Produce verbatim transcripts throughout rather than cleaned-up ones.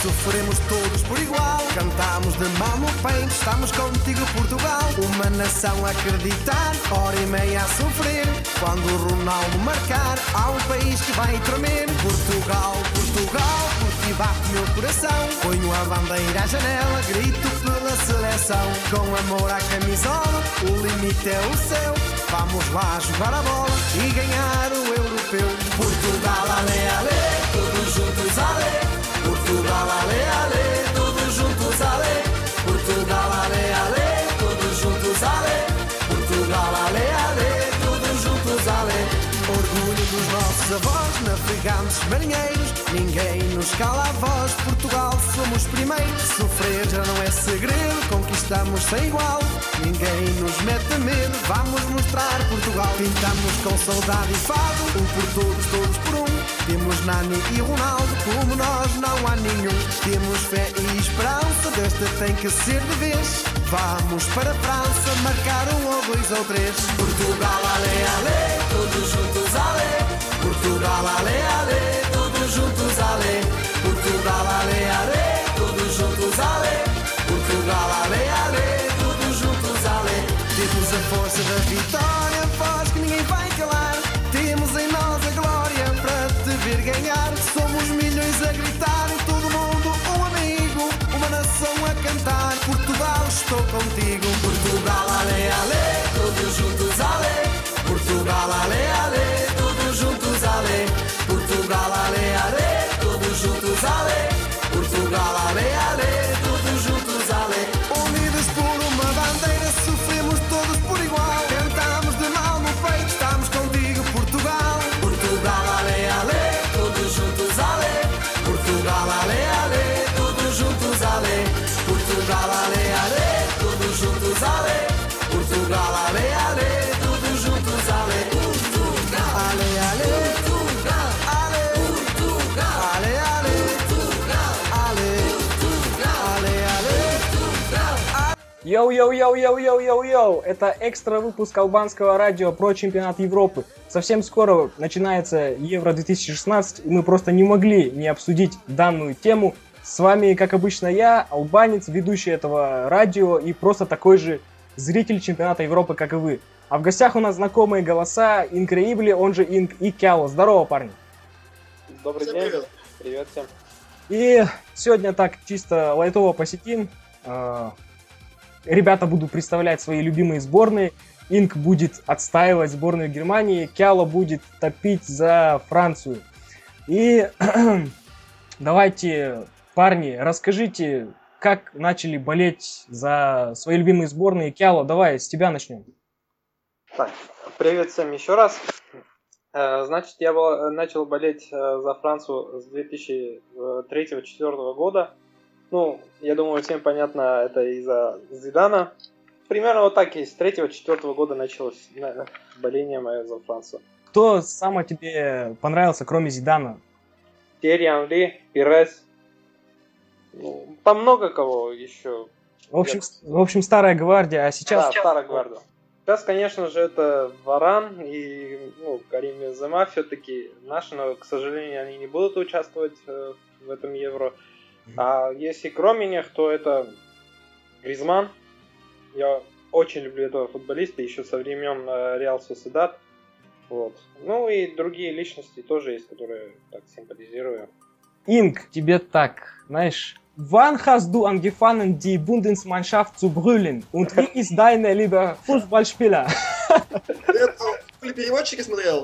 Sofremos todos por igual, cantamos de mão no peito, estamos contigo Portugal. Uma nação a acreditar, hora e meia a sofrer. Quando o Ronaldo marcar, há um país que vai tremer. Portugal, Portugal, por ti bate meu coração. Ponho a bandeira à janela, grito pela seleção. Com amor à camisola, o limite é o céu. Vamos lá jogar a bola e ganhar o europeu. Portugal, ale, ale, todos juntos, ale. Portugal, ale, ale, todos juntos, ale. Portugal, ale, ale, todos juntos, ale. Portugal, ale, ale, todos juntos, ale. Orgulho dos nossos avós, navegantes marinheiros. Ninguém nos cala a voz, Portugal somos primeiros. Sofrer já não é segredo, conquistamos sem igual. Ninguém nos mete medo, vamos mostrar Portugal. Pintamos com saudade e fado, um por todos, todos por um. Temos Nani e Ronaldo, como nós não há nenhum. Temos fé e esperança, desta tem que ser de vez. Vamos para a França, marcar um ou dois ou três. Portugal, ale, ale, todos juntos, ale. Portugal, ale, ale, todos juntos, ale. Portugal, ale, ale, todos juntos, ale. Portugal, ale, ale, todos juntos, ale. Temos a força da vitória, voz que ninguém vai calar. Temos em nós a glória para te ver ganhar. Somos milhões a gritar e todo mundo um amigo. Uma nação a cantar, Portugal estou contigo. Portugal, ale, ale, todos juntos, ale. Portugal, ale, ale, todos juntos, ale. Portugal, ale, ale, todos juntos, ale. Portugal, ale, ale, todos juntos, ale. Unidos por uma bandeira, sofremos todos por igual. Cantamos de mal no peito, estamos contigo, Portugal. Portugal, ale, ale, todos juntos, ale. Portugal, ale, ale, todos juntos, ale. Portugal, ale, ale, todos juntos, ale. Portugal, ale, ale, todos juntos, ale. Portugal, ale, ale, Portugal, ale, Portugal, ale, ale, Portugal, ale, Portugal, ale, ale, Portugal. Йоу-йоу-йоу-йоу-йоу-йоу! Это экстра выпуск албанского радио про чемпионат Европы. Совсем скоро начинается Евро две тысячи шестнадцать, и мы просто не могли не обсудить данную тему. С вами, как обычно, я, албанец, ведущий этого радио и просто такой же зритель чемпионата Европы, как и вы. А в гостях у нас знакомые голоса Инкреибли, он же Инк, и Кяло. Здорово, парни! Добрый Всем день. привет. Привет всем. И сегодня так чисто лайтово посетим. Э, Ребята будут представлять свои любимые сборные. Инк будет отстаивать сборную Германии. Кяло будет топить за Францию. И давайте, парни, расскажите, как начали болеть за свои любимые сборные. Кяло, давай с тебя начнем. Так, привет всем еще раз. Э, Значит, я был- начал болеть э, за Францию с две тысячи третьего-две тысячи четвёртого года. Ну, я думаю, всем понятно, это из-за Зидана. Примерно вот так и с третьего-две тысячи четвёртого года началось э, боление мое за Францию. Кто самый тебе понравился, кроме Зидана? Терри Анри, Пирес. Ну, там много кого еще. В общем, в общем, старая гвардия, а сейчас... Да, старая гвардия. Сейчас, конечно же, это Варан и ну, Карим Бензема все-таки наши, но, к сожалению, они не будут участвовать э, в этом Евро. А если кроме них, то это Гризман. Я очень люблю этого футболиста, еще со времен э, Реал Соседад. Вот. Ну и другие личности тоже есть, которые так симпатизирую. Инк, тебе так, знаешь, wann hast du angefangen, die Bundesmannschaft zu brüllen? Und wie ist deine liebe Fußballspieler? Ты это в переводчике смотрел?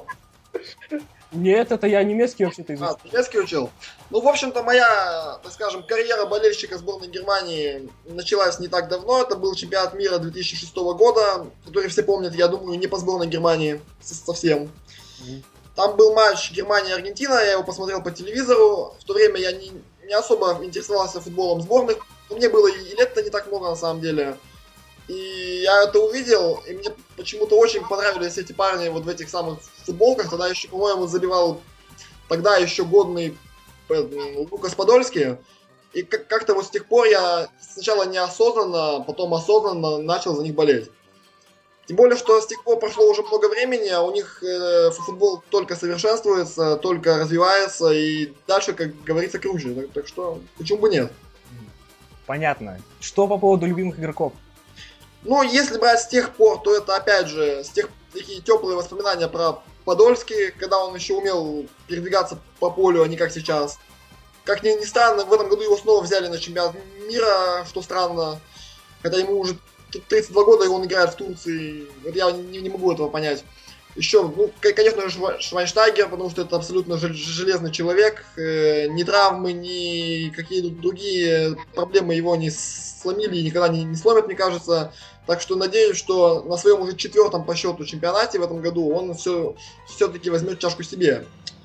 Нет, это я немецкий вообще-то А, изучил. ты немецкий учил? Ну, в общем-то, моя, так скажем, карьера болельщика сборной Германии началась не так давно. Это был чемпионат мира две тысячи шестого года, который все помнят, я думаю, не по сборной Германии со- совсем. Там был матч Германия-Аргентина, я его посмотрел по телевизору. В то время я не, не особо интересовался футболом сборных. Но мне было и лет-то не так много на самом деле. И я это увидел, и мне почему-то очень понравились эти парни вот в этих самых футболках. Тогда еще, по-моему, забивал тогда еще годный э, Лукас Подольский. И как- как-то вот с тех пор я сначала неосознанно, потом осознанно начал за них болеть. Тем более, что с тех пор прошло уже много времени, а у них э, футбол только совершенствуется, только развивается, и дальше, как говорится, круче. Так, так что, почему бы нет? Понятно. Что по поводу любимых игроков? Ну, если брать с тех пор, то это, опять же, с тех такие теплые воспоминания про Подольский, когда он еще умел передвигаться по полю, а не как сейчас. Как ни, ни странно, в этом году его снова взяли на чемпионат мира, что странно. Хотя ему уже тридцать два года, и он играет в Турции. Вот я не, не могу этого понять. Еще, ну, конечно же, Швайнштайгер, потому что это абсолютно железный человек. Ни травмы, ни какие-то другие проблемы его не сломили и никогда не, не сломят, мне кажется. Так что надеюсь, что на своем уже четвертом по счету чемпионате в этом году он все, все-таки возьмет чашку себе.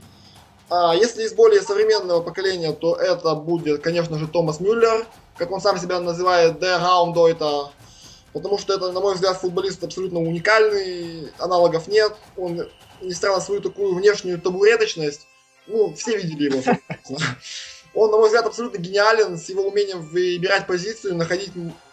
А если из более современного поколения, то это будет, конечно же, Томас Мюллер, как он сам себя называет, Der Raumdeuter. Потому что это, на мой взгляд, футболист абсолютно уникальный, аналогов нет. Он, несмотря на свою такую внешнюю табуреточность, ну, все видели его. Он, на мой взгляд, абсолютно гениален с его умением выбирать позицию, находить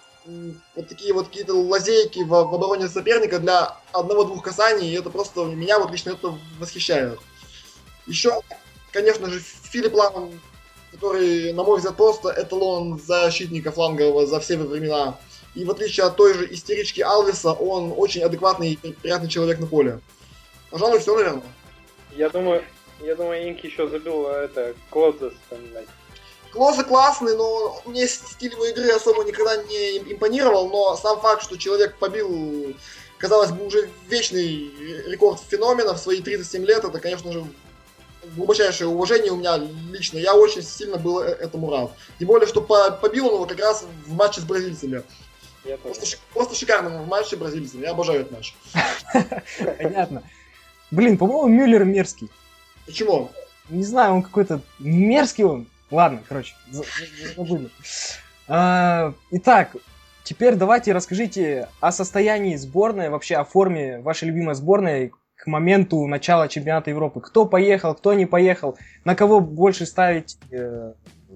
вот такие вот какие-то лазейки в, в обороне соперника для одного-двух касаний. И это просто меня вот лично это восхищает. Еще, конечно же, Филипп Лам, который, на мой взгляд, просто эталон защитника флангового за все времена. И в отличие от той же истерички Алвеса, он очень адекватный и приятный человек на поле. Пожалуй, все, наверное. Я думаю, я думаю, Инки еще забыл это Клозе вспоминать. Клозе классный, но мне стиль его игры особо никогда не импонировал, но сам факт, что человек побил, казалось бы, уже вечный рекорд феномена в свои тридцать семь лет, это, конечно же, глубочайшее уважение у меня лично. Я очень сильно был этому рад. Тем более, что побил он его как раз в матче с бразильцами. Просто, просто шикарно в матче с бразильцами. Я обожаю этот матч. Понятно. Блин, по-моему, Мюллер мерзкий. Почему? Не знаю, он какой-то мерзкий он. Ладно, короче, забыли. А, итак, теперь давайте расскажите о состоянии сборной, вообще о форме вашей любимой сборной к моменту начала чемпионата Европы. Кто поехал, кто не поехал, на кого больше ставить э,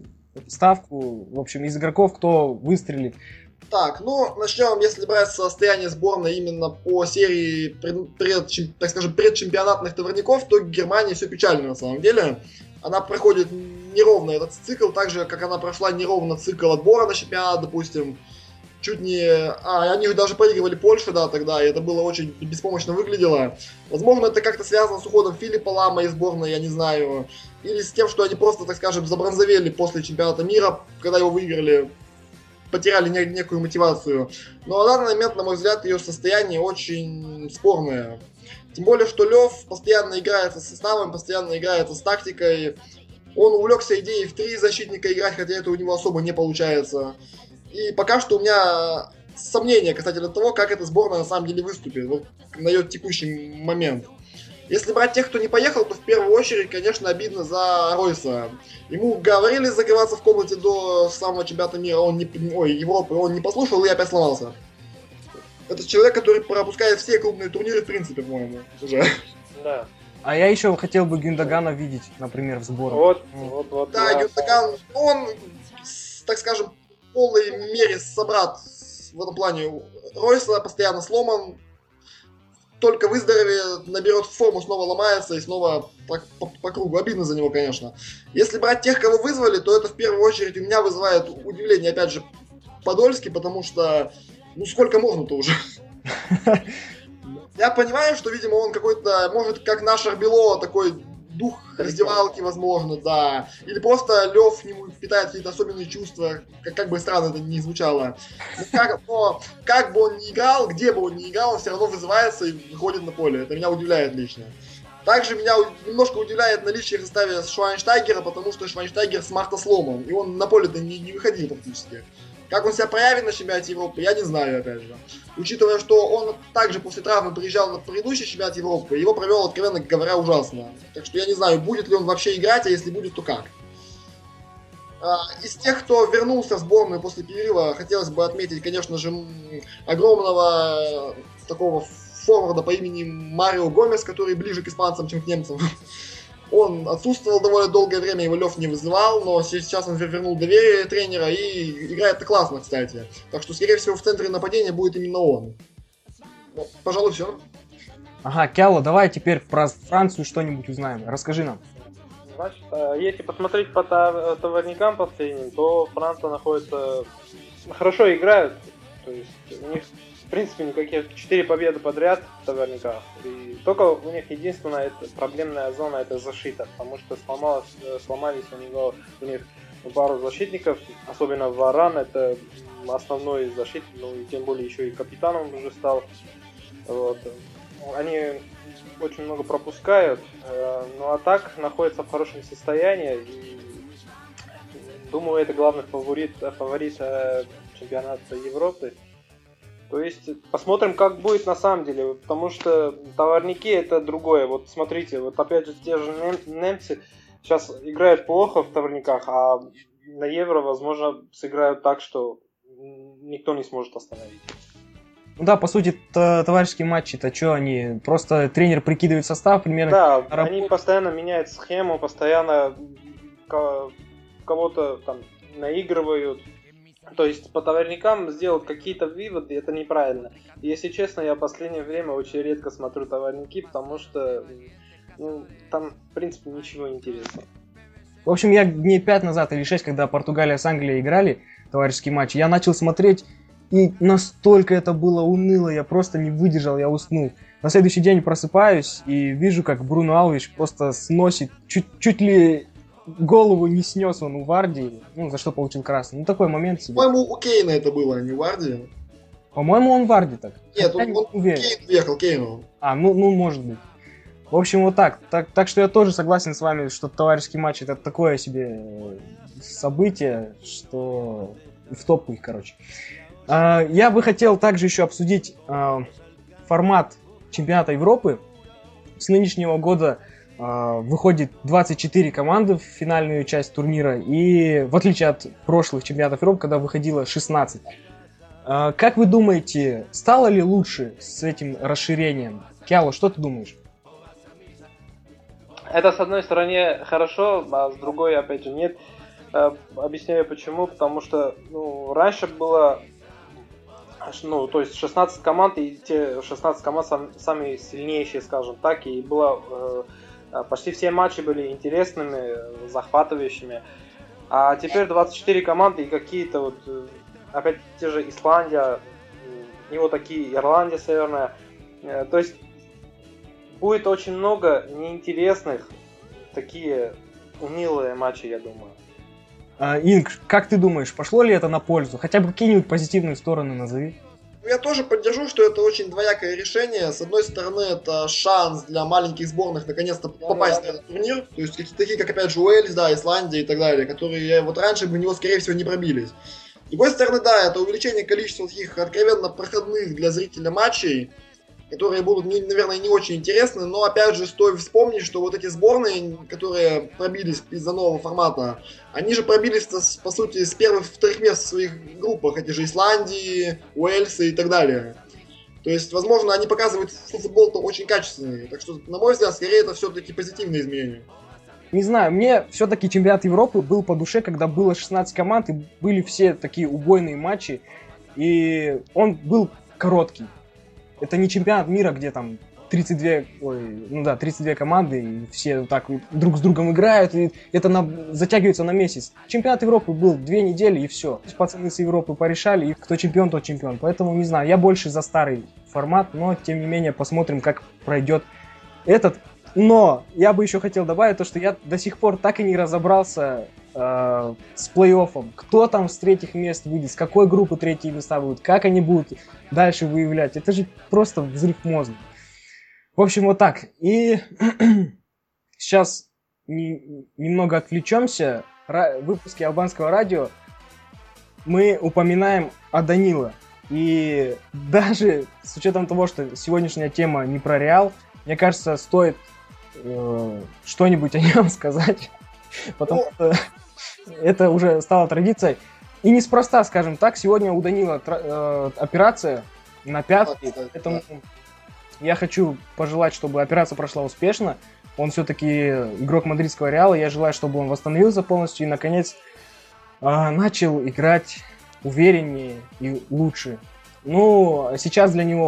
ставку, в общем, из игроков, кто выстрелит. Так, ну, начнем, если брать состояние сборной именно по серии, пред, пред, так скажем, предчемпионатных товарников, то Германии все печально на самом деле. Она проходит неровно этот цикл, так же, как она прошла неровно цикл отбора на чемпионат, допустим. Чуть не... А, они даже проигрывали Польше, да, тогда, и это было очень беспомощно выглядело. Возможно, это как-то связано с уходом Филиппа Лама из сборной, я не знаю. Или с тем, что они просто, так скажем, забронзовели после чемпионата мира, когда его выиграли, потеряли не- некую мотивацию. Но на данный момент, на мой взгляд, ее состояние очень спорное. Тем более, что Лев постоянно играет с составом, постоянно играет с тактикой. Он увлекся идеей в три защитника играть, хотя это у него особо не получается. И пока что у меня сомнения касательно того, как эта сборная на самом деле выступит вот, на ее текущий момент. Если брать тех, кто не поехал, то в первую очередь, конечно, обидно за Ройса. Ему говорили закрываться в комнате до самого чемпионата мира, он не, ой, Европы, он не послушал и опять сломался. Это человек, который пропускает все крупные турниры, в принципе, по-моему, уже. Да. А я еще хотел бы Гюндогана видеть, например, в сборной. Вот, вот, вот. Да, я... Гюндоган, он, так скажем, в полной мере собрат в этом плане. Ройса постоянно сломан, только выздоровеет, наберет форму, снова ломается и снова по, по, по кругу. Обидно за него, конечно. Если брать тех, кого вызвали, то это в первую очередь у меня вызывает удивление, опять же, Подольский, потому что, ну сколько можно-то уже? Я понимаю, что, видимо, он какой-то, может, как наш Арбело, такой дух раздевалки, возможно, да. Или просто Лев к нему питает какие-то особенные чувства, как, как бы странно это ни звучало. Но как, но как бы он ни играл, где бы он ни играл, он все равно вызывается и выходит на поле. Это меня удивляет лично. Также меня немножко удивляет наличие в составе Швайнштайгера, потому что Швайнштайгер с марта сломан, и он на поле-то не, не выходил практически. Как он себя проявит на чемпионате Европы, я не знаю, опять же. Учитывая, что он также после травмы приезжал на предыдущий чемпионат Европы, его провел, откровенно говоря, ужасно. Так что я не знаю, будет ли он вообще играть, а если будет, то как. Из тех, кто вернулся в сборную после перерыва, хотелось бы отметить, конечно же, огромного такого форварда по имени Марио Гомес, который ближе к испанцам, чем к немцам. Он отсутствовал довольно долгое время, его Лев не вызывал, но сейчас он вернул доверие тренера и играет-то классно, кстати. Так что, скорее всего, в центре нападения будет именно он. Ну, пожалуй, все. Ага, Кяло, давай теперь про Францию что-нибудь узнаем. Расскажи нам. Значит, если посмотреть по товарникам последним, то Франция находится... Хорошо играют. То есть у них, в принципе, никаких четыре победы подряд в товарниках. И только у них единственная это, проблемная зона — это защита. Потому что сломалось, сломались у него у них пару защитников, особенно Варан, это основной защитник, ну и тем более еще и капитаном уже стал. Вот. Они очень много пропускают, ну а так находятся в хорошем состоянии. И, думаю, это главный фаворит, фаворит чемпионата Европы. То есть посмотрим, как будет на самом деле, потому что товарники — это другое. Вот смотрите, вот опять же те же нем- немцы сейчас играют плохо в товарниках, а на Евро, возможно, сыграют так, что никто не сможет остановить. Ну да, по сути, товарищеские матчи-то что они? Просто тренер прикидывает состав примерно. Да, работает. Они постоянно меняют схему, постоянно кого-то там наигрывают. То есть по товарникам сделать какие-то выводы — это неправильно. И, если честно, я в последнее время очень редко смотрю товарники, потому что ну, там, в принципе, ничего интересного. В общем, я дней пять назад или шесть, когда Португалия с Англией играли товарищеские матчи, я начал смотреть, и настолько это было уныло, я просто не выдержал, я уснул. На следующий день просыпаюсь и вижу, как Бруно Алвеш просто сносит, чуть, чуть ли голову не снес он у Варди, ну, за что получил красный. Ну, такой момент себе. По-моему, у Кейна это было, а не Варди. По-моему, он Варди так. Нет, он, он уверен. Кейн уехал, Кейну. А, ну, ну, может быть. В общем, вот так. так. Так что я тоже согласен с вами, что товарищеский матч — это такое себе событие, что в топку их, короче. А, я бы хотел также еще обсудить а, формат чемпионата Европы. С нынешнего года а, выходит двадцать четыре команды в финальную часть турнира, и в отличие от прошлых чемпионатов Европы, когда выходило шестнадцать. А, как вы думаете, стало ли лучше с этим расширением? Кяло, что ты думаешь? Это, с одной стороны, хорошо, а с другой, опять же, нет. Объясняю почему. Потому что ну, раньше было, ну, то есть шестнадцать команд, и те шестнадцать команд сам, самые сильнейшие, скажем так, и было э, почти все матчи были интересными, захватывающими. А теперь двадцать четыре команды и какие-то вот, опять те же Исландия, и вот такие Ирландия северная. То есть будет очень много неинтересных, такие унылые матчи, я думаю. А, Инг, как ты думаешь, пошло ли это на пользу? Хотя бы какие-нибудь позитивные стороны назови. Я тоже поддержу, что это очень двоякое решение. С одной стороны, это шанс для маленьких сборных наконец-то попасть на этот турнир. То есть какие-то такие, как опять же Уэльс, да, Исландия и так далее, которые вот раньше бы в него, скорее всего, не пробились. С другой стороны, да, это увеличение количества таких откровенно проходных для зрителя матчей, которые будут, наверное, не очень интересны, но, опять же, стоит вспомнить, что вот эти сборные, которые пробились из-за нового формата, они же пробились, по сути, с первых, вторых мест в своих группах, эти же Исландии, Уэльсы и так далее. То есть, возможно, они показывают футбол-то очень качественный, так что, на мой взгляд, скорее это все-таки позитивные изменения. Не знаю, мне все-таки чемпионат Европы был по душе, когда было шестнадцать команд, и были все такие убойные матчи, и он был короткий. Это не чемпионат мира, где там тридцать две, ой, ну да, тридцать две команды, и все вот так друг с другом играют, и это на, затягивается на месяц. Чемпионат Европы был две недели, и все. Пацаны с Европы порешали, и кто чемпион, тот чемпион. Поэтому, не знаю, я больше за старый формат, но, тем не менее, посмотрим, как пройдет этот. Но я бы еще хотел добавить то, что я до сих пор так и не разобрался э, с плей-оффом. Кто там с третьих мест выйдет, с какой группы третьи места будут, как они будут дальше выявлять. Это же просто взрыв мозга. В общем, вот так. И сейчас не, немного отвлечемся. В выпуске Албанского радио мы упоминаем о Данило. И даже с учетом того, что сегодняшняя тема не про Реал, мне кажется, стоит э, что-нибудь о нем сказать, потому что это уже стало традицией. И неспроста, скажем так, сегодня у Данила э, операция на пятке, поэтому я хочу пожелать, чтобы операция прошла успешно. Он все-таки игрок мадридского Реала, я желаю, чтобы он восстановился полностью и, наконец, э, начал играть увереннее и лучше. Ну, сейчас для него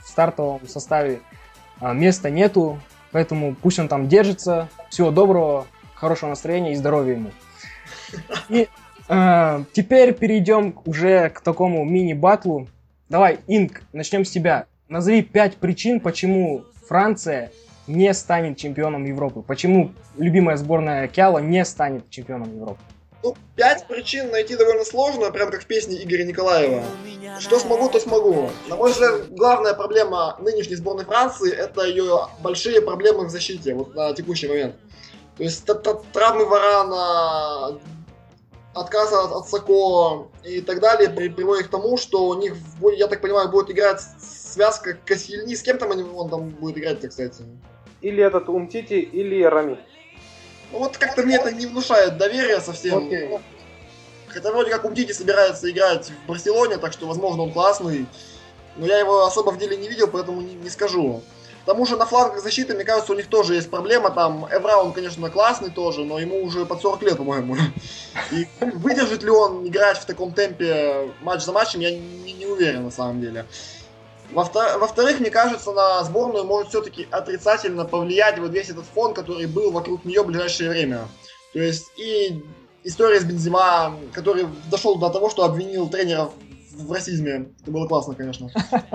в стартовом составе а, места нету, поэтому пусть он там держится. Всего доброго, хорошего настроения и здоровья ему. И а, теперь перейдем уже к такому мини-баттлу. Давай, Инг, начнем с тебя. Назови пять причин, почему Франция не станет чемпионом Европы. Почему любимая сборная Кяла не станет чемпионом Европы? Ну, пять причин найти довольно сложно, прям как в песне Игоря Николаева. Что смогу, то смогу. На мой взгляд, главная проблема нынешней сборной Франции — это ее большие проблемы в защите, вот на текущий момент. То есть травмы Варана, отказ от, от Сако и так далее приводит к тому, что у них, я так понимаю, будет играть связка Косильни. С кем там он там будет играть-то, кстати? Или этот Умтити, или Рами. Ну вот как-то мне это не внушает доверия совсем. Okay. Хотя вроде как Умтити собирается играть в Барселоне, так что, возможно, он классный. Но я его особо в деле не видел, поэтому не, не скажу. К тому же на флангах защиты, мне кажется, у них тоже есть проблема. Там Эвра, он, конечно, классный тоже, но ему уже под сорок лет, по-моему. И выдержит ли он играть в таком темпе матч за матчем, я не, не уверен на самом деле. Во-вторых, мне кажется, на сборную может все-таки отрицательно повлиять вот весь этот фон, который был вокруг нее в ближайшее время. То есть и история с Бензема, который дошел до того, что обвинил тренеров в расизме. Это было классно, конечно.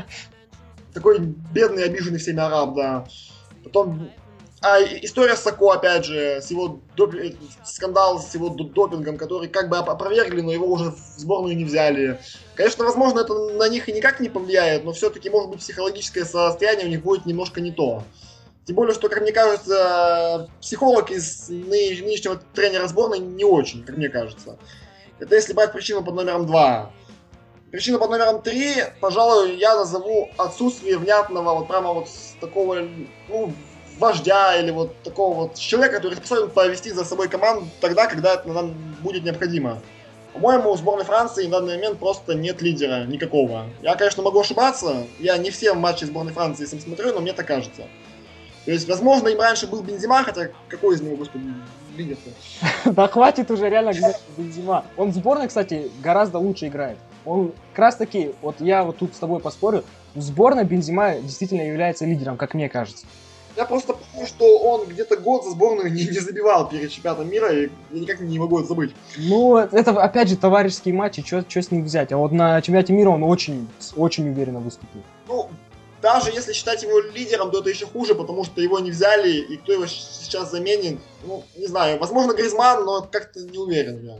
Такой бедный, обиженный всеми араб, да. Потом... А история с Сако, опять же, с его доп... скандал с его допингом, который как бы опровергли, но его уже в сборную не взяли. Конечно, возможно, это на них и никак не повлияет, но все-таки, может быть, психологическое состояние у них будет немножко не то. Тем более, что, как мне кажется, психолог из ны... нынешнего тренера сборной не очень, как мне кажется. Это если брать причину под номером два. Причину под номером три, пожалуй, я назову отсутствие внятного, вот прямо вот такого, ну, вождя или вот такого вот человека, который способен повести за собой команду тогда, когда это нам будет необходимо. По-моему, у сборной Франции на данный момент просто нет лидера никакого. Я, конечно, могу ошибаться, я не все матчи сборной Франции сам смотрю, но мне так кажется. То есть, возможно, им раньше был Бензема, хотя какой из него, господи, лидер-то? Да хватит уже реально говорить Бензема. Он в сборной, кстати, гораздо лучше играет. Он как раз таки, вот я вот тут с тобой поспорю, в сборной Бензема действительно является лидером, как мне кажется. Я просто помню, что он где-то год за сборную не, не забивал перед чемпионатом мира, и я никак не могу это забыть. Ну, это опять же товарищеские матчи, что с ним взять? А вот на чемпионате мира он очень, очень уверенно выступил. Ну, даже если считать его лидером, то это еще хуже, потому что его не взяли, и кто его сейчас заменит, ну, не знаю, возможно, Гризманн, но как-то не уверен я.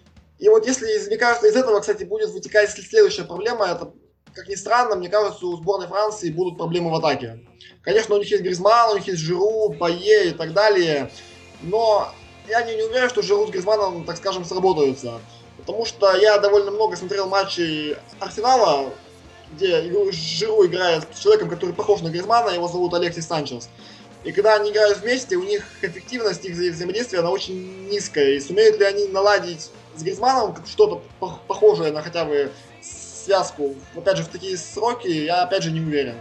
И вот если, мне кажется, из этого, кстати, будет вытекать следующая проблема, это, как ни странно, мне кажется, у сборной Франции будут проблемы в атаке. Конечно, у них есть Гризманн, у них есть Жиру, Пайе и так далее, но я не, не уверен, что Жиру с Гризманном, так скажем, сработаются. Потому что я довольно много смотрел матчей Арсенала, где Жиру играет с человеком, который похож на Гризманна, его зовут Алексис Санчес. И когда они играют вместе, у них эффективность их взаимодействия, она очень низкая. И сумеют ли они наладить с Гризманном что-то похожее на хотя бы связку, опять же, в такие сроки, я опять же не уверен.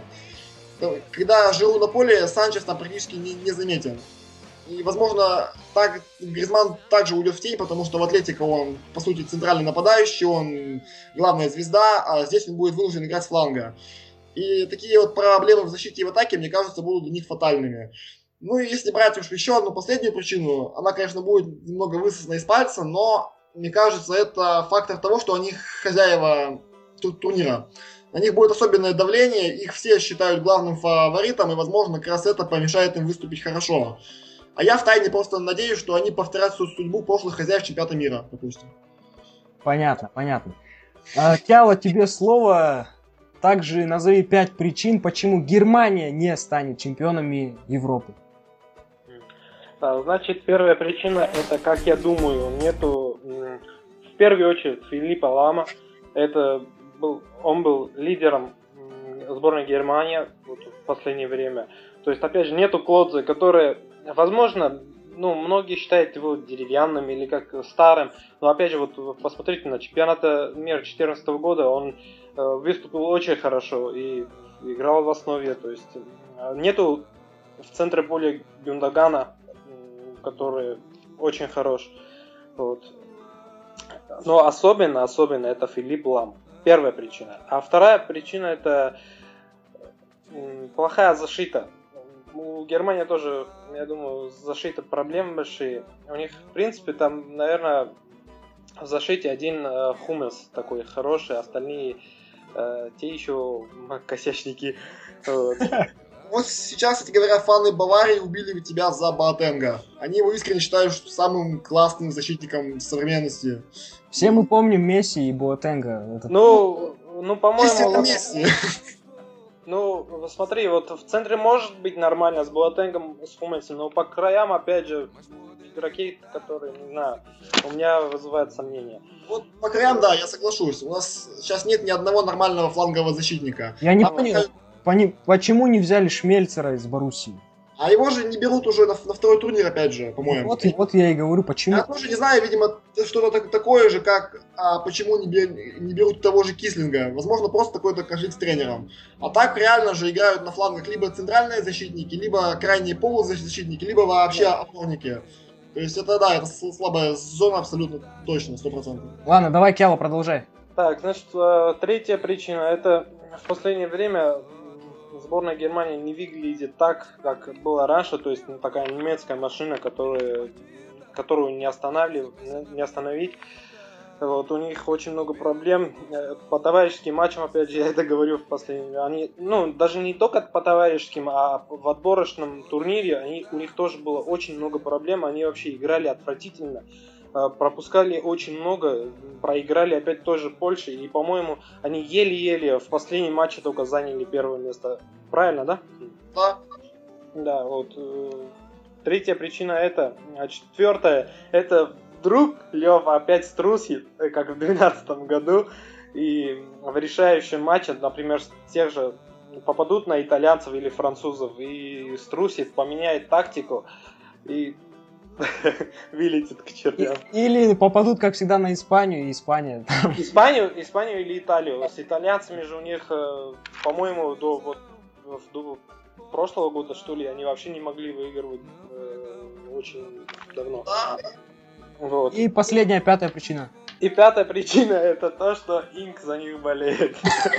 Когда Жиру на поле, Санчес там практически не, не заметен. И, возможно, так Гризманн также уйдет в тень, потому что в Атлетико он, по сути, центральный нападающий, он главная звезда, а здесь он будет вынужден играть с фланга. И такие вот проблемы в защите и в атаке, мне кажется, будут для них фатальными. Ну и если брать уж еще одну последнюю причину, она, конечно, будет немного высосана из пальца, но, мне кажется, это фактор того, что они хозяева турнира. На них будет особенное давление, их все считают главным фаворитом, и, возможно, как раз это помешает им выступить хорошо. А я втайне просто надеюсь, что они повторят свою судьбу прошлых хозяев чемпионата мира, допустим. Понятно, понятно. А, Кяла, тебе слово. Также назови пять причин, почему Германия не станет чемпионами Европы. Значит, первая причина, это, как я думаю, нету, в первую очередь, Филиппа Лама. Это был, он был лидером сборной Германии вот, в последнее время. То есть, опять же, нету Клодзе, который, возможно, ну, многие считают его деревянным или как старым. Но, опять же, вот посмотрите на чемпионат мира две тысячи четырнадцатого года, он э, выступил очень хорошо и играл в основе. То есть, нету в центре поля Гюндагана, который очень хорош. Вот. Но особенно, особенно это Филипп Лам. Первая причина. А вторая причина это плохая защита. У Германии тоже, я думаю, защита проблемы большие. У них, в принципе, там, наверное, в защите один э, Хуммельс такой хороший, остальные э, те еще косячники. Вот. Вот сейчас, кстати говоря, фаны Баварии убили тебя за Боатенга. Они его искренне считают самым классным защитником современности. Все мы помним Месси и Боатенга. Это... Ну, ну, по-моему... Месси это Месси. Ну, смотри, вот в центре может быть нормально с Боатенгом, с Хуммельсом, но по краям, опять же, игроки, которые, не знаю, у меня вызывают сомнения. Вот по краям, да, я соглашусь. У нас сейчас нет ни одного нормального флангового защитника. Я не а понял, пока... почему не взяли Шмельцера из Боруссии? А его же не берут уже на, на второй турнир, опять же, по-моему. Вот, вот я и говорю, почему. Я тоже не знаю, видимо, что-то так, такое же, как а, почему не, бер, не берут того же Кислинга. Возможно, просто такой-то конфликт с тренером. А так реально же играют на флангах либо центральные защитники, либо крайние полузащитники, либо вообще опорники. То есть это, да, это слабая зона абсолютно точно, сто процентов. Ладно, давай, Кяло, продолжай. Так, значит, третья причина, это в последнее время сборная Германии не выглядит так, как было раньше, то есть ну, такая немецкая машина, которая, которую не, останавливать, не остановить. Вот, у них очень много проблем. По товарищеским матчам, опять же, я это говорю в последнее. Они, ну, даже не только по товарищеским, а в отборочном турнире они, у них тоже было очень много проблем. Они вообще играли отвратительно. Пропускали очень много, проиграли опять тоже Польше, и, по-моему, они еле-еле в последнем матче только заняли первое место. Правильно, да? Да. Да, вот. Третья причина это. А четвертая, это вдруг Лёва опять струсит, как в две тысячи двенадцатом году, и в решающем матче, например, тех же попадут на итальянцев или французов, и струсит, поменяет тактику, и вылетит к чертям. Или попадут, как всегда, на Испанию, и Испания. Испанию, Испанию или Италию. С итальянцами же у них, по-моему, до, вот, до прошлого года, что ли, они вообще не могли выигрывать э, очень давно. Вот. И последняя, пятая причина. И пятая причина это то, что Инк за них болеет.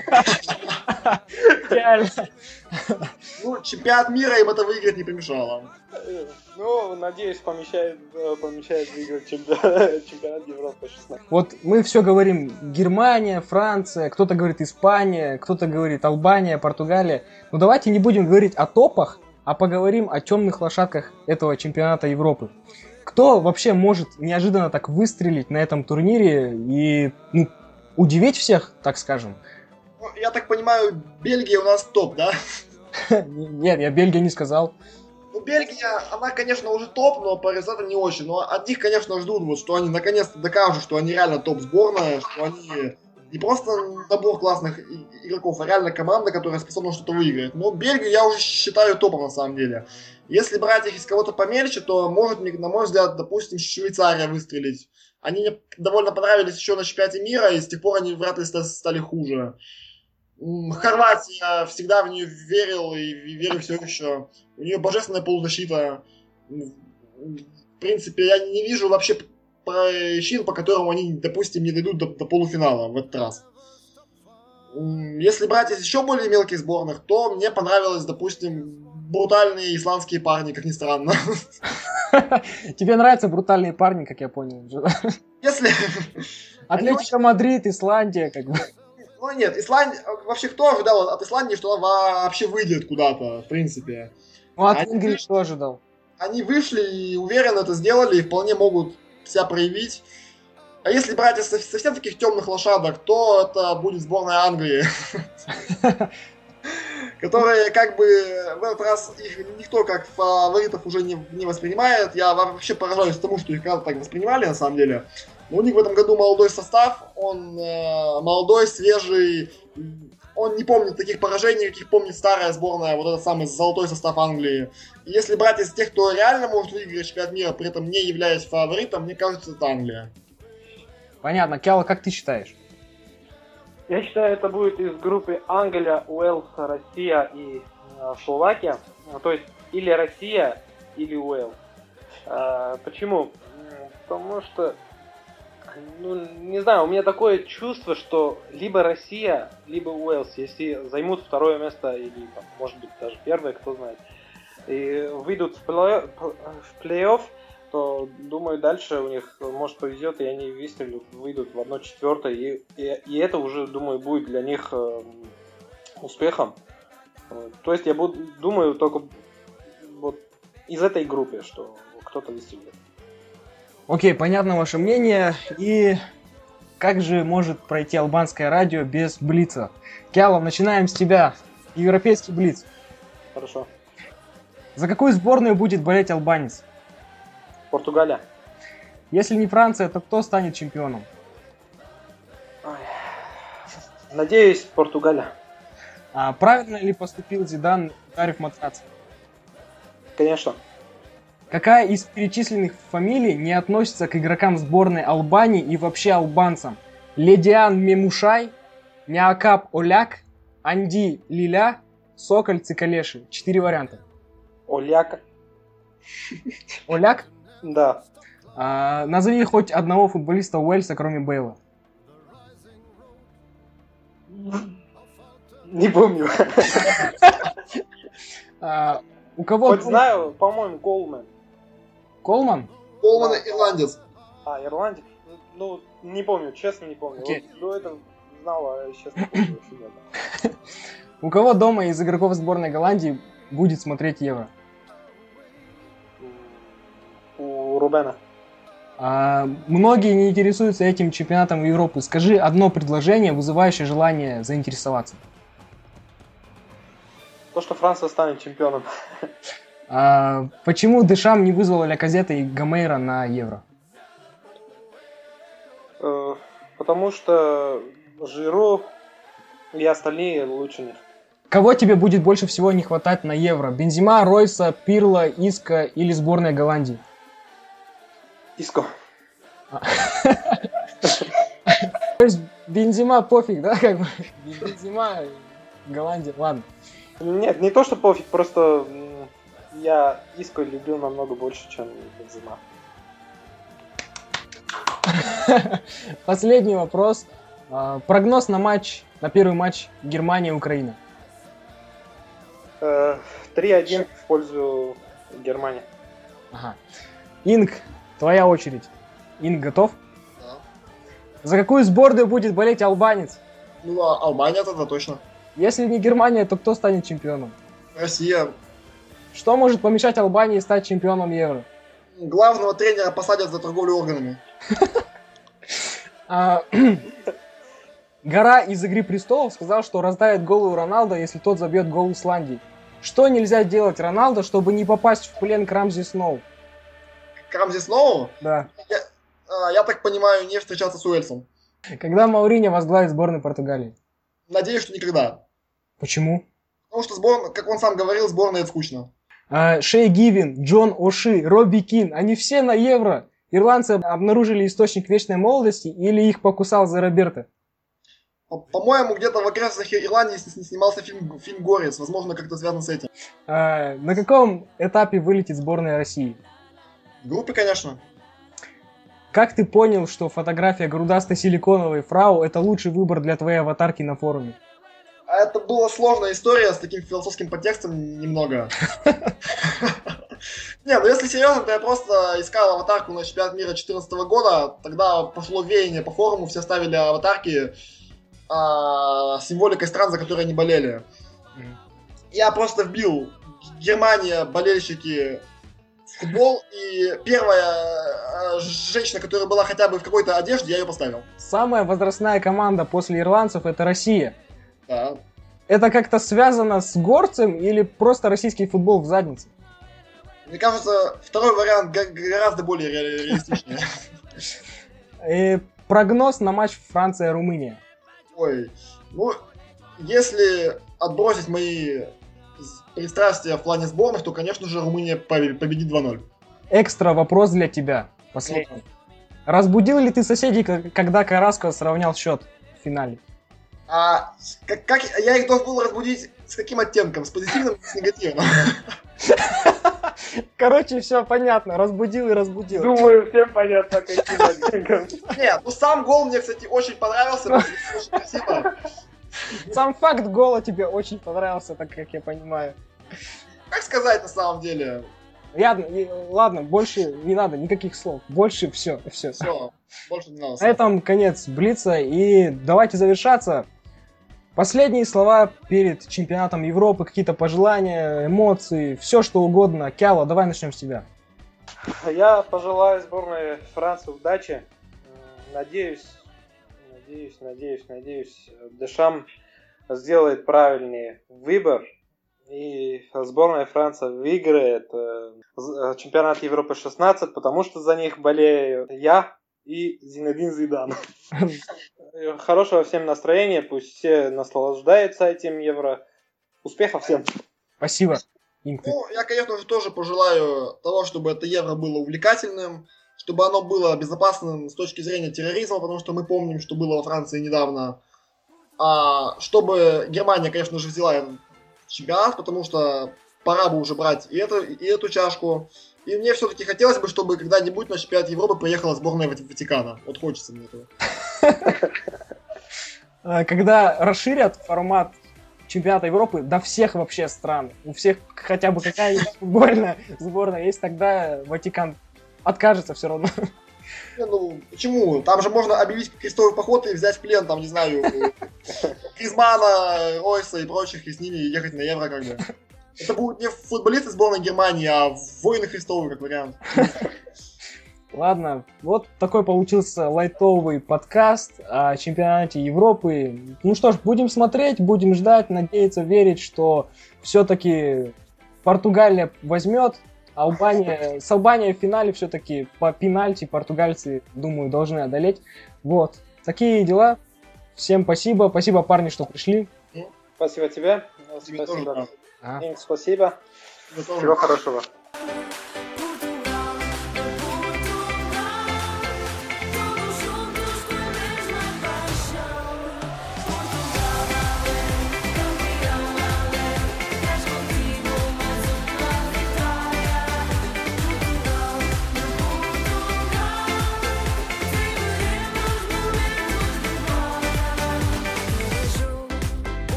Реально. Ну, чемпионат мира им это выиграть не помешало. Ну, надеюсь, помещает, помещает выиграть чемпионат, чемпионат Европы шестнадцать. Вот мы все говорим Германия, Франция, кто-то говорит Испания, кто-то говорит Албания, Португалия. Ну давайте не будем говорить о топах, а поговорим о темных лошадках этого чемпионата Европы. Кто вообще может неожиданно так выстрелить на этом турнире и ну, удивить всех, так скажем? Ну, я так понимаю, Бельгия у нас топ, да? Нет, я Бельгию не сказал. Ну, Бельгия, она, конечно, уже топ, но по результатам не очень. Но от них, конечно, ждут, вот, что они наконец-то докажут, что они реально топ-сборная, что они не просто набор классных игроков, а реально команда, которая способна что-то выиграть. Но Бельгию я уже считаю топом, на самом деле. Если брать их из кого-то помельче, то может, на мой взгляд, допустим, Швейцария выстрелить. Они мне довольно понравились еще на чемпионате мира, и с тех пор они вряд ли стали хуже. Хорватия, всегда в нее верил и верю все еще. У нее божественная полузащита. В принципе, я не вижу вообще причин, по которым они, допустим, не дойдут до, до полуфинала в этот раз. Если брать из еще более мелких сборных, то мне понравилось, допустим, брутальные исландские парни, как ни странно. Тебе нравятся брутальные парни, как я понял. Если... Атлетико Мадрид, Исландия, как бы. Ну нет, Исландия... Вообще, кто ожидал от Исландии, что она вообще выйдет куда-то, в принципе? Ну, от Англии что ожидал? Они вышли и уверенно это сделали, и вполне могут себя проявить. А если брать из совсем таких темных лошадок, то это будет сборная Англии. Которые как бы в этот раз их никто как фаворитов уже не, не воспринимает. Я вообще поражаюсь тому, что их когда-то так воспринимали на самом деле. Но у них в этом году молодой состав, он э, молодой, свежий, он не помнит таких поражений, каких помнит старая сборная, вот этот самый золотой состав Англии. И если брать из тех, кто реально может выиграть чемпионат мира, при этом не являясь фаворитом, мне кажется, это Англия. Понятно. Кяло, как ты считаешь? Я считаю, это будет из группы Англия, Уэльс, Россия и э, Словакия. То есть или Россия, или Уэльс. Э, почему? Потому что Ну, не знаю, у меня такое чувство, что либо Россия, либо Уэльс, если займут второе место, или, там, может быть, даже первое, кто знает, и выйдут в плей- в плей-офф, то, думаю, дальше у них, может, повезет, и они выстрелят, выйдут в одно четвертое, и, и, и это уже, думаю, будет для них э, успехом. То есть я буду, думаю только вот из этой группы, что кто-то выстрелит. Окей, понятно ваше мнение. И как же может пройти албанское радио без блица? Кялов, начинаем с тебя. Европейский блиц. Хорошо. За какую сборную будет болеть албанец? Португалия. Если не Франция, то кто станет чемпионом? Ой. Надеюсь, Португалия. А правильно ли поступил Зидан, ударив матрацем? Конечно. Какая из перечисленных фамилий не относится к игрокам сборной Албании и вообще албанцам? Ледиан Мемушай, Неакап Оляк, Анди Лиля, Соколь Цикалеши. Четыре варианта. Оляк. Оляк? Да. А, назови хоть одного футболиста Уэльса, кроме Бейла. Не помню. А, у кого... Вот знаю, по-моему, Колман. Колман? Колман ирландец. А, ирландец? Ну, не помню, честно не помню. Окей. Вот до этого знал, а сейчас не помню вообще нет. У кого дома из игроков сборной Голландии будет смотреть Евро? У Рубена. А, многие не интересуются этим чемпионатом Европы. Скажи одно предложение, вызывающее желание заинтересоваться. То, что Франция станет чемпионом. А, почему Дешам не вызвал Ляказета и Гомейра на Евро? Э, Потому что Жиру и остальные лучше них. Кого тебе будет больше всего не хватать на Евро? Бензима, Ройса, Пирла, Иска или сборная Голландии? Иско. То есть Бензима пофиг, да? Как бы? Бензима, Голландия, ладно. Нет, не то, что пофиг, просто м, я Иско любил намного больше, чем Бензима. Последний вопрос. А, прогноз на матч, на первый матч Германия-Украина. Э, три один в пользу Германии. Ага. Инг, твоя очередь. Инг, готов? Да. За какую сборную будет болеть албанец? Ну, а Албания тогда точно. Если не Германия, то кто станет чемпионом? Россия. Что может помешать Албании стать чемпионом Евро? Главного тренера посадят за торговлю органами. А, Гора из «Игры престолов» сказал, что раздавит голову Роналдо, если тот забьет гол Исландии. Что нельзя делать Роналдо, чтобы не попасть в плен к Рамзи Сноу? К Рамзи Сноу? Да. Я, а, я так понимаю, не встречаться с Уэльсом. Когда Мауриньо возглавит сборную Португалии? Надеюсь, что никогда. Почему? Потому что сборная, как он сам говорил, сборная это скучно. А, Шей Гивен, Джон Оши, Робби Кин, они все на Евро. Ирландцы обнаружили источник вечной молодости или их покусал за Роберто? По- По-моему, где-то в окрестностях Ирландии сни- снимался фильм, фильм «Горец». Возможно, как-то связано с этим. А, на каком этапе вылетит сборная России? В группе, конечно. Как ты понял, что фотография грудастой силиконовой фрау это лучший выбор для твоей аватарки на форуме? А это была сложная история с таким философским подтекстом немного. Не, ну если серьезно, то я просто искал аватарку на чемпионат мира две тысячи четырнадцатого года. Тогда пошло веяние по форуму, все ставили аватарки а, с символикой стран, за которые они болели. Я просто вбил Германия, болельщики в футбол, и первая а, женщина, которая была хотя бы в какой-то одежде, я ее поставил. Самая возрастная команда после ирландцев это Россия. Да. Это как-то связано с горцем или просто российский футбол в заднице? Мне кажется, второй вариант га- гораздо более ре- реалистичнее. И прогноз на матч Франция-Румыния. Ой, ну, если отбросить мои пристрастия в плане сборных, то, конечно же, Румыния побе- победит два ноль. Экстра вопрос для тебя. Последний. Разбудил ли ты соседей, к- когда Караско сравнял счет в финале? А как, как я их должен был разбудить с каким оттенком? С позитивным или с негативным? Короче, все понятно. Разбудил и разбудил. Думаю, всем понятно, каким оттенком. Нет, ну сам гол мне, кстати, очень понравился. Очень красиво. Сам факт гола тебе очень понравился, так как я понимаю. Как сказать на самом деле? Ладно, и- ладно, больше не надо никаких слов. Больше все, все. Все, больше не надо. На этом конец Блица, и давайте завершаться. Последние слова перед чемпионатом Европы, какие-то пожелания, эмоции, все что угодно. Кяло, давай начнем с тебя. Я пожелаю сборной Франции удачи. М, Надеюсь, надеюсь, надеюсь, надеюсь, Дешам сделает правильный выбор. И сборная Франции выиграет э, з- э, чемпионат Европы шестнадцать, потому что за них болею я и Зинедин Зидан. Хорошего всем настроения, пусть все наслаждаются этим Евро. Успехов всем! Спасибо. Инг, ты- Ну, я, конечно же, тоже пожелаю того, чтобы это Евро было увлекательным, чтобы оно было безопасным с точки зрения терроризма, потому что мы помним, что было во Франции недавно. А чтобы Германия, конечно же, взяла этот чемпионат, потому что пора бы уже брать и, это, и эту чашку. И мне все-таки хотелось бы, чтобы когда-нибудь на чемпионат Европы приехала сборная Вати- Ватикана. Вот хочется мне этого. Э, Когда расширят формат чемпионата Европы до всех вообще стран, у всех хотя бы какая-нибудь футбольная сборная есть, тогда Ватикан откажется все равно. Не, ну, почему? Там же можно объявить крестовый поход и взять в плен, там, не знаю, Гризмана, Ройса и прочих, и с ними ехать на Евро, как бы. Это будут не футболисты сборной Германии, а воины Христовы, как вариант. Ладно, вот такой получился лайтовый подкаст о чемпионате Европы. Ну что ж, будем смотреть, будем ждать, надеяться, верить, что все-таки Португалия возьмет. Албания, с Албанией в финале все-таки по пенальти португальцы, думаю, должны одолеть. Вот, такие дела. Всем спасибо. Спасибо, парни, что пришли. Спасибо тебе. Тебе тоже, Спасибо. да. А. Инг, спасибо. Тебе тоже. Всего хорошего.